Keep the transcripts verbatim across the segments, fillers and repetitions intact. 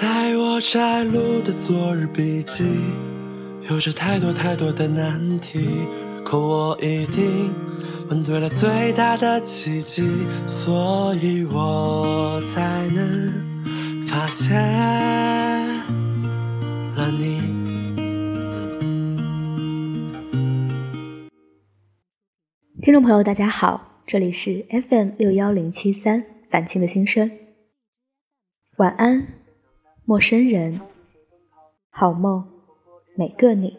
在我摘录的昨日笔记，有着太多太多的难题，可我一定问对了最大的奇迹，所以我才能发现了你。 听众朋友大家好，这里是 F M 六一零七三反清的心声。晚安陌生人，好梦每个你。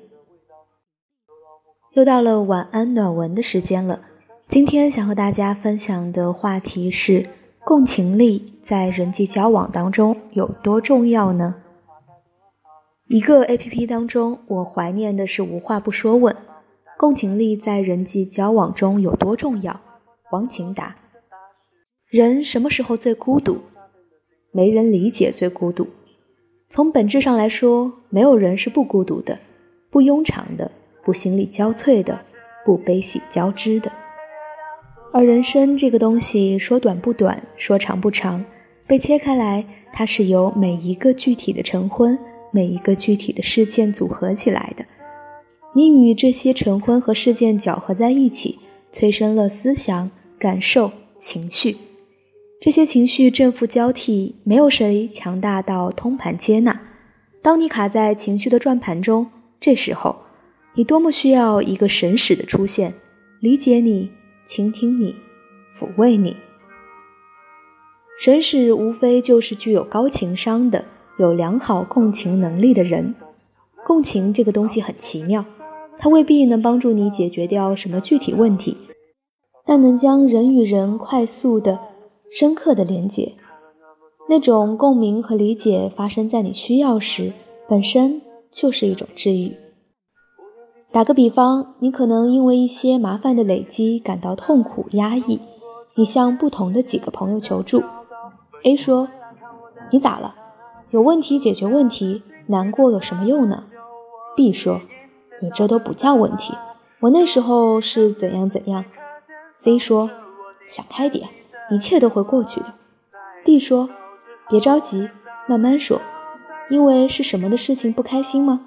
又到了晚安暖文的时间了，今天想和大家分享的话题是共情力在人际交往当中有多重要呢？一个 A P P 当中，我怀念的是无话不说问，共情力在人际交往中有多重要？王晴答：人什么时候最孤独？没人理解最孤独。从本质上来说，没有人是不孤独的，不庸常的，不心力交瘁的，不悲喜交织的。而人生这个东西，说短不短，说长不长，被切开来，它是由每一个具体的晨昏，每一个具体的事件组合起来的。你与这些晨昏和事件搅合在一起，催生了思想、感受、情绪。这些情绪正负交替，没有谁强大到通盘接纳。当你卡在情绪的转盘中，这时候你多么需要一个神使的出现，理解你，倾听你，抚慰你。神使无非就是具有高情商的，有良好共情能力的人。共情这个东西很奇妙，它未必能帮助你解决掉什么具体问题，但能将人与人快速的深刻的连结，那种共鸣和理解发生在你需要时，本身就是一种治愈。打个比方，你可能因为一些麻烦的累积感到痛苦压抑，你向不同的几个朋友求助。 A 说：你咋了？有问题解决问题，难过有什么用呢？ B 说：你这都不叫问题，我那时候是怎样怎样。 C 说：想开点，一切都会过去的。 D 说：别着急，慢慢说，因为是什么的事情不开心吗？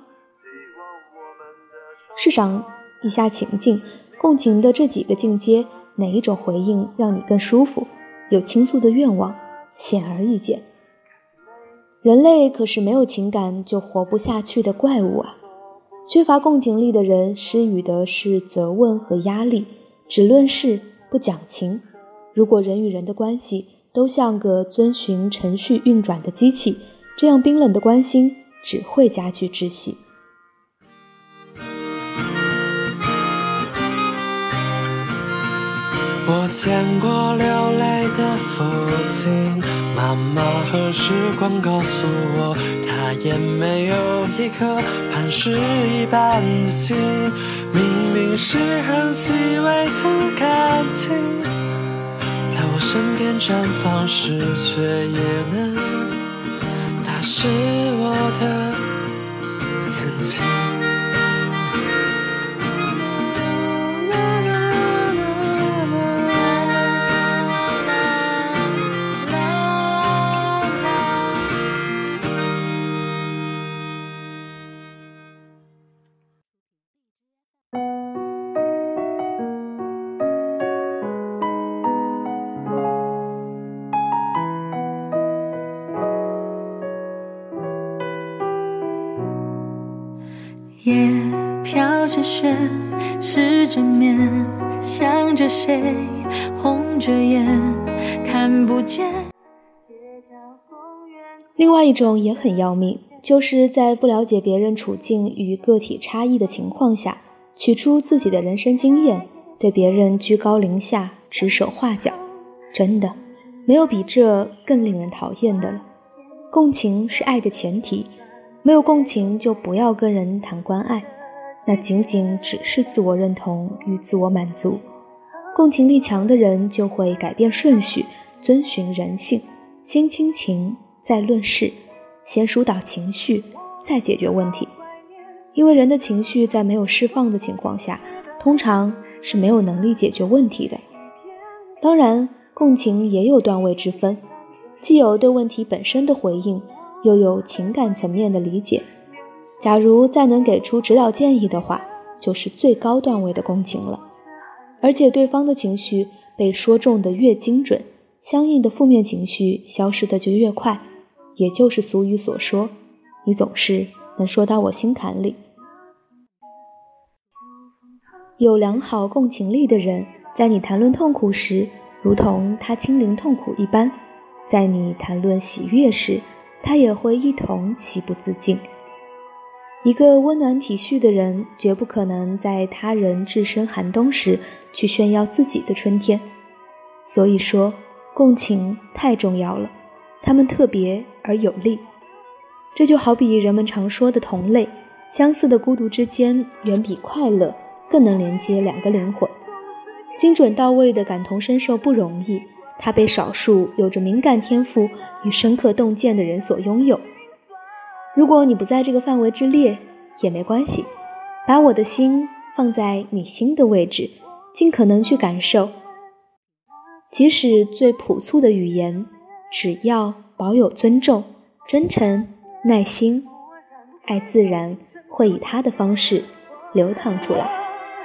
试想一下情境，共情的这几个进阶，哪一种回应让你更舒服？有倾诉的愿望，显而易见。人类可是没有情感就活不下去的怪物啊！缺乏共情力的人施予的是责问和压力，只论事不讲情。如果人与人的关系都像个遵循程序运转的机器，这样冰冷的关心只会加剧窒息。 我见过流泪的父亲，妈妈和时光告诉我，他也没有一颗磐石一般的心，明明是很细微的感情，在我身边绽放时，却也能打湿我的眼睛。 夜飘着雪，湿着面，想着谁，红着眼，看不见。 另外一种也很要命，就是在不了解别人处境与个体差异的情况下，取出自己的人生经验，对别人居高临下，指手画脚。真的，没有比这更令人讨厌的了。共情是爱的前提，没有共情就不要跟人谈关爱，那仅仅只是自我认同与自我满足。共情力强的人就会改变顺序，遵循人性，先亲情，再论事，先疏导情绪，再解决问题。因为人的情绪在没有释放的情况下，通常是没有能力解决问题的。当然，共情也有段位之分，既有对问题本身的回应， 又有情感层面的理解。假如再能给出指导建议的话，就是最高段位的共情了。而且对方的情绪被说中的越精准，相应的负面情绪消失的就越快，也就是俗语所说，你总是能说到我心坎里。有良好共情力的人，在你谈论痛苦时，如同他亲临痛苦一般；在你谈论喜悦时，他也会一同喜不自禁。一个温暖体恤的人，绝不可能在他人置身寒冬时去炫耀自己的春天。所以说，共情太重要了，它们特别而有力。这就好比人们常说的同类，相似的孤独之间，远比快乐更能连接两个灵魂。精准到位的感同身受不容易，它被少数有着敏感天赋与深刻洞见的人所拥有。如果你不在这个范围之列也没关系，把我的心放在你心的位置，尽可能去感受。即使最朴素的语言，只要保有尊重、真诚、耐心，爱自然会以它的方式流淌出来。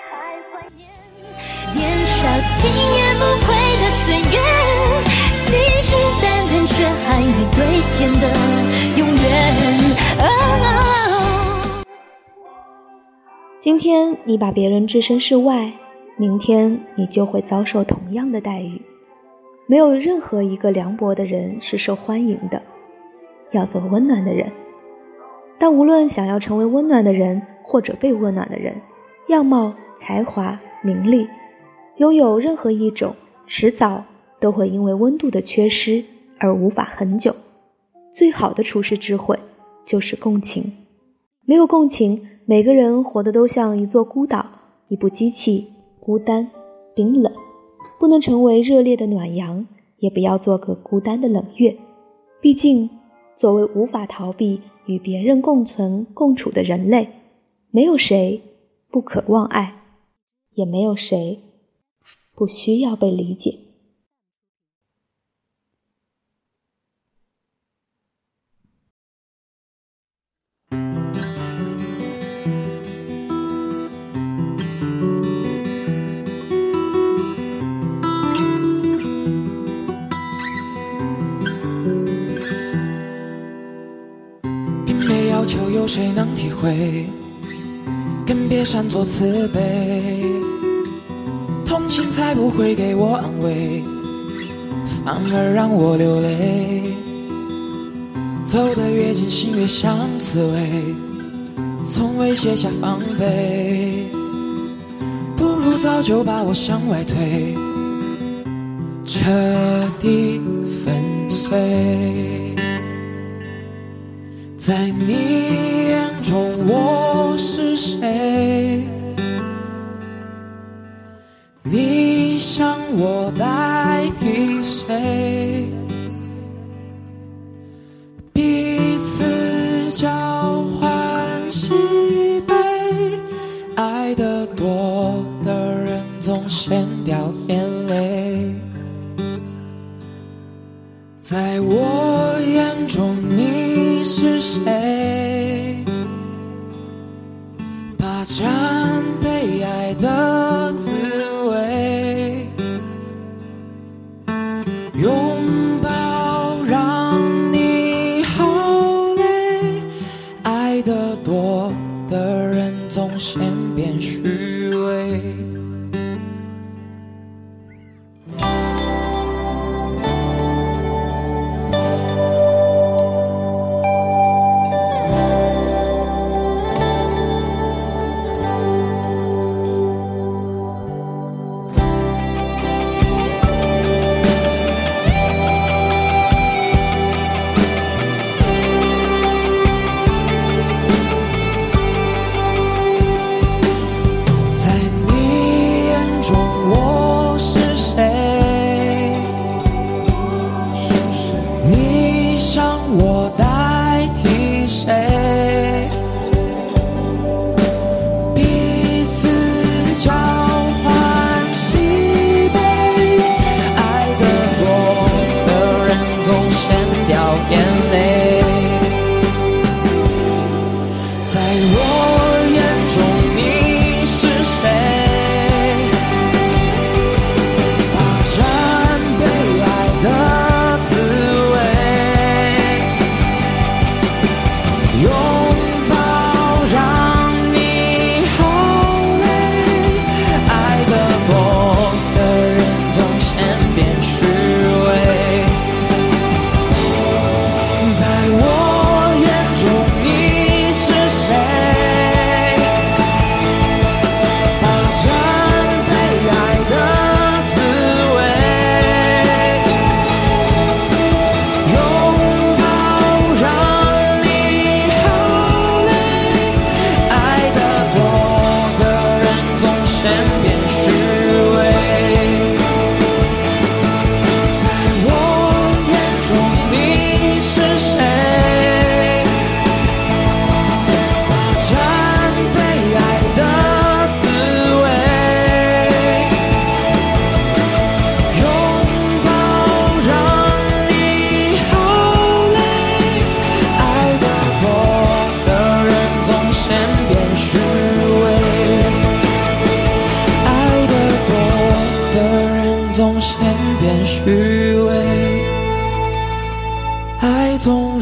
年少轻言不悔的岁月，信誓旦旦却还没兑现的永远、哦、 今天你把别人置身事外，明天你就会遭受同样的待遇。没有任何一个凉薄的人是受欢迎的，要做温暖的人。但无论想要成为温暖的人或者被温暖的人，样貌、才华、名利，拥有任何一种，迟早都会因为温度的缺失而无法恒久。最好的处世智慧就是共情。没有共情，每个人活得都像一座孤岛，一部机器，孤单、冰冷，不能成为热烈的暖阳，也不要做个孤单的冷月。毕竟，作为无法逃避与别人共存共处的人类，没有谁不渴望爱，也没有谁不需要被理解。 要求有谁能体会，更别擅作慈悲，同情才不会给我安慰，反而让我流泪。走得越近，心越像刺猬，从未卸下防备，不如早就把我向外推，彻底粉碎。在你眼中我是谁？你想我代替谁？彼此交换喜悲，爱得多的人总先掉眼泪。在我眼中你是谁？霸占被爱的滋味，拥抱让你好累，爱得多的人总先变虚伪。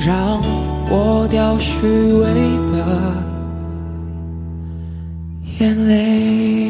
让我掉虚伪的眼泪。